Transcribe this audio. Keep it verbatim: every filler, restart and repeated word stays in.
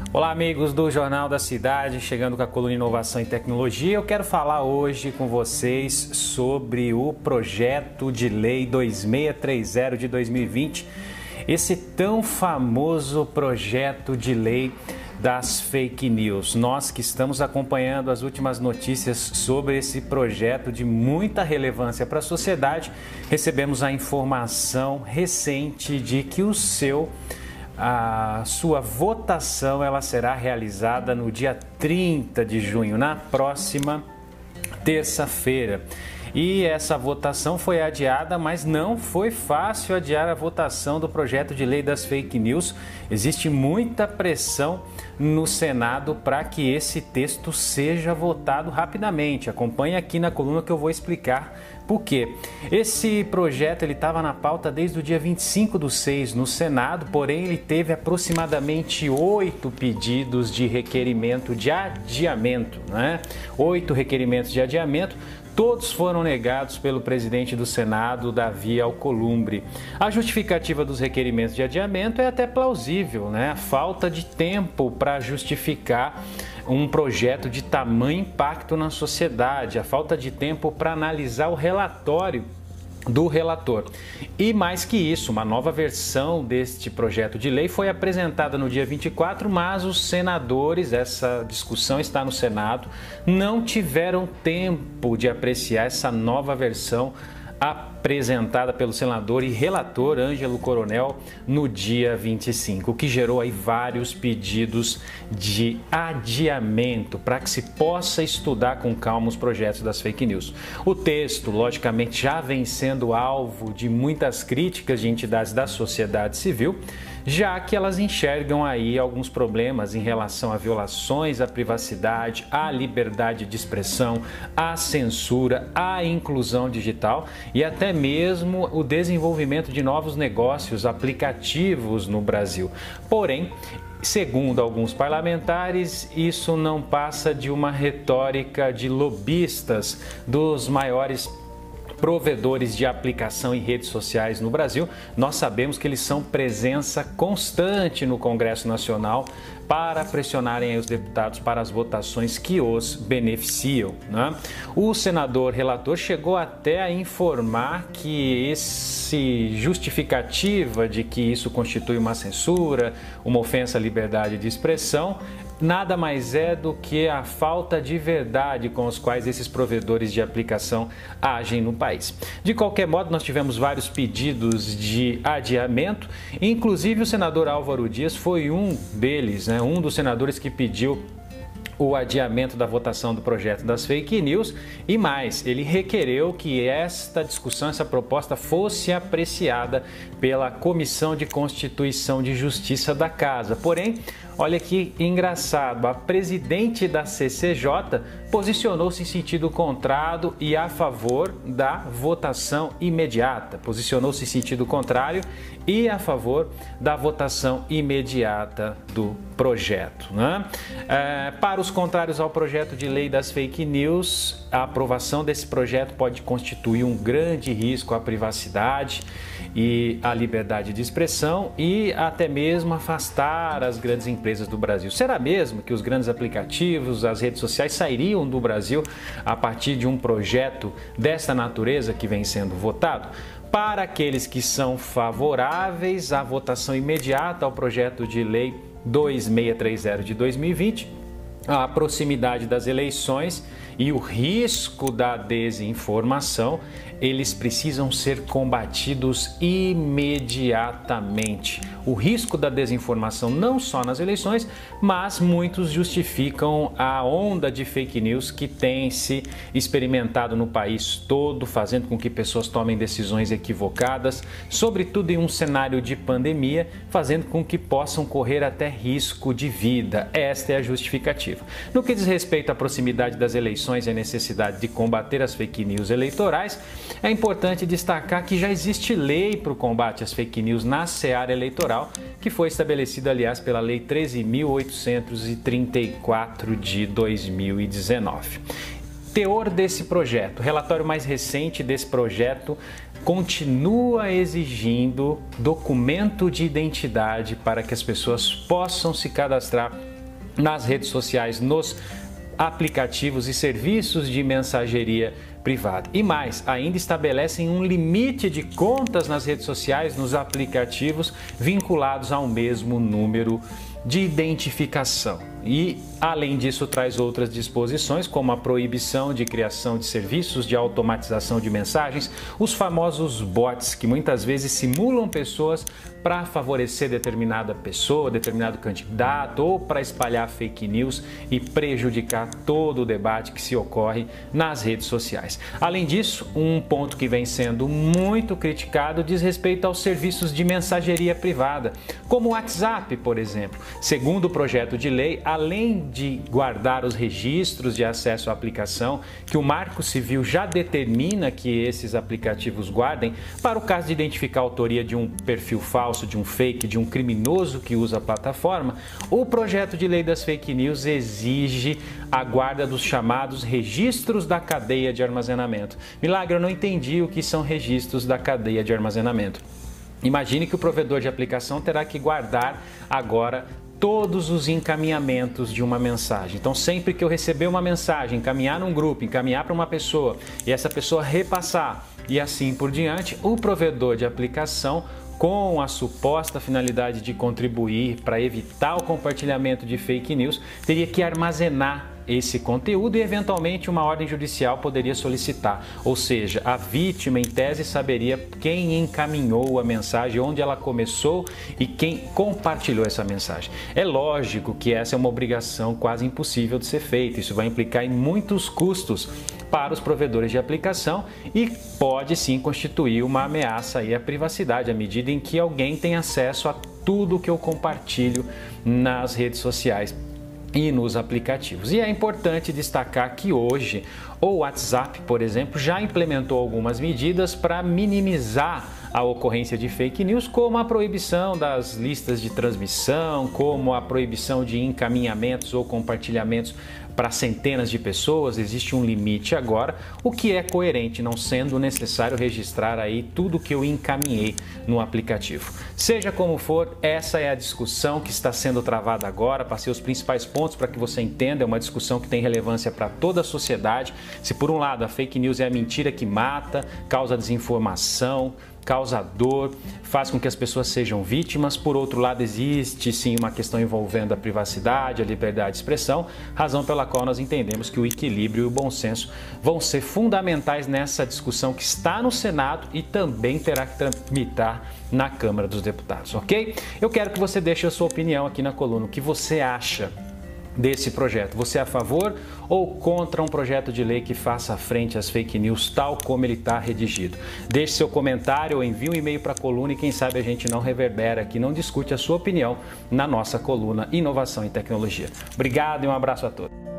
Olá, amigos do Jornal da Cidade, chegando com a coluna Inovação e Tecnologia. Eu quero falar hoje com vocês sobre o projeto de lei dois mil seiscentos e trinta de dois mil e vinte, esse tão famoso projeto de lei das fake news. Nós que estamos acompanhando as últimas notícias sobre esse projeto de muita relevância para a sociedade, recebemos a informação recente de que o seu A sua votação ela será realizada no dia trinta de junho, na próxima terça-feira. E essa votação foi adiada, mas não foi fácil adiar a votação do projeto de lei das fake news. Existe muita pressão no Senado para que esse texto seja votado rapidamente. Acompanhe aqui na coluna que eu vou explicar por quê. Esse projeto ele estava na pauta desde o dia vinte e cinco do seis no Senado, porém ele teve aproximadamente oito pedidos de requerimento de adiamento, né? Oito requerimentos de adiamento. Todos foram negados pelo presidente do Senado, Davi Alcolumbre. A justificativa dos requerimentos de adiamento é até plausível, né? A falta de tempo para justificar um projeto de tamanho impacto na sociedade, a falta de tempo para analisar o relatório do relator. E mais que isso, uma nova versão deste projeto de lei foi apresentada no dia vinte e quatro, mas os senadores, essa discussão está no Senado, não tiveram tempo de apreciar essa nova versão apresentada pelo senador e relator Ângelo Coronel no dia vinte e cinco, o que gerou aí vários pedidos de adiamento para que se possa estudar com calma os projetos das fake news. O texto, logicamente, já vem sendo alvo de muitas críticas de entidades da sociedade civil, já que elas enxergam aí alguns problemas em relação a violações à privacidade, à liberdade de expressão, à censura, à inclusão digital e até mesmo o desenvolvimento de novos negócios aplicativos no Brasil. Porém, segundo alguns parlamentares, isso não passa de uma retórica de lobistas dos maiores provedores de aplicação em redes sociais no Brasil. Nós sabemos que eles são presença constante no Congresso Nacional para pressionarem os deputados para as votações que os beneficiam, né? O senador relator chegou até a informar que esse justificativa de que isso constitui uma censura, uma ofensa à liberdade de expressão, nada mais é do que a falta de verdade com os quais esses provedores de aplicação agem no país. De qualquer modo, nós tivemos vários pedidos de adiamento, inclusive o senador Álvaro Dias foi um deles, né? Um dos senadores que pediu o adiamento da votação do projeto das fake news e mais, ele requereu que esta discussão, essa proposta fosse apreciada pela Comissão de Constituição e Justiça da Casa. Porém, olha que engraçado, a presidente da C C J posicionou-se em sentido contrário e a favor da votação imediata. Posicionou-se em sentido contrário e a favor da votação imediata do projeto, né? É, para os contrários ao projeto de lei das fake news, a aprovação desse projeto pode constituir um grande risco à privacidade e à liberdade de expressão e até mesmo afastar as grandes empresas do Brasil. Será mesmo que os grandes aplicativos, as redes sociais sairiam do Brasil a partir de um projeto desta natureza que vem sendo votado? Para aqueles que são favoráveis à votação imediata ao projeto de lei dois mil seiscentos e trinta de dois mil e vinte, a proximidade das eleições e o risco da desinformação, eles precisam ser combatidos imediatamente. O risco da desinformação não só nas eleições, mas muitos justificam a onda de fake news que tem se experimentado no país todo, fazendo com que pessoas tomem decisões equivocadas, sobretudo em um cenário de pandemia, fazendo com que possam correr até risco de vida. Esta é a justificativa. No que diz respeito à proximidade das eleições e a necessidade de combater as fake news eleitorais, é importante destacar que já existe lei para o combate às fake news na seara eleitoral, que foi estabelecida, aliás, pela Lei treze mil oitocentos e trinta e quatro de dois mil e dezenove. Teor desse projeto, o relatório mais recente desse projeto continua exigindo documento de identidade para que as pessoas possam se cadastrar nas redes sociais, nos aplicativos e serviços de mensageria privada. E mais, ainda estabelecem um limite de contas nas redes sociais, nos aplicativos, vinculados ao mesmo número de identificação. E, além disso, traz outras disposições, como a proibição de criação de serviços de automatização de mensagens, os famosos bots, que muitas vezes simulam pessoas para favorecer determinada pessoa, determinado candidato, ou para espalhar fake news e prejudicar todo o debate que se ocorre nas redes sociais. Além disso, um ponto que vem sendo muito criticado diz respeito aos serviços de mensageria privada, como o WhatsApp, por exemplo. Segundo o projeto de lei, além de guardar os registros de acesso à aplicação, que o Marco Civil já determina que esses aplicativos guardem, para o caso de identificar a autoria de um perfil falso, de um fake, de um criminoso que usa a plataforma, o projeto de lei das fake news exige a guarda dos chamados registros da cadeia de armazenamento. Milagre, eu não entendi o que são registros da cadeia de armazenamento. Imagine que o provedor de aplicação terá que guardar agora todos os encaminhamentos de uma mensagem. Então, sempre que eu receber uma mensagem, encaminhar num grupo, encaminhar para uma pessoa e essa pessoa repassar e assim por diante, o provedor de aplicação, com a suposta finalidade de contribuir para evitar o compartilhamento de fake news, teria que armazenar esse conteúdo e, eventualmente, uma ordem judicial poderia solicitar. Ou seja, a vítima, em tese, saberia quem encaminhou a mensagem, onde ela começou e quem compartilhou essa mensagem. É lógico que essa é uma obrigação quase impossível de ser feita. Isso vai implicar em muitos custos para os provedores de aplicação e pode sim constituir uma ameaça aí à privacidade, à medida em que alguém tem acesso a tudo que eu compartilho nas redes sociais e nos aplicativos. E é importante destacar que hoje o WhatsApp, por exemplo, já implementou algumas medidas para minimizar a ocorrência de fake news, como a proibição das listas de transmissão, como a proibição de encaminhamentos ou compartilhamentos para centenas de pessoas. Existe um limite agora, o que é coerente, não sendo necessário registrar aí tudo que eu encaminhei no aplicativo. Seja como for, essa é a discussão que está sendo travada agora. Passei os principais pontos para que você entenda. É uma discussão que tem relevância para toda a sociedade. Se por um lado a fake news é a mentira que mata, causa desinformação, causa dor, faz com que as pessoas sejam vítimas. Por outro lado, existe sim uma questão envolvendo a privacidade, a liberdade de expressão, razão pela qual nós entendemos que o equilíbrio e o bom senso vão ser fundamentais nessa discussão que está no Senado e também terá que tramitar na Câmara dos Deputados, ok? Eu quero que você deixe a sua opinião aqui na coluna, o que você acha desse projeto. Você é a favor ou contra um projeto de lei que faça frente às fake news tal como ele está redigido? Deixe seu comentário ou envie um e-mail para a coluna e quem sabe a gente não reverbera aqui, não discute a sua opinião na nossa coluna Inovação e Tecnologia. Obrigado e um abraço a todos.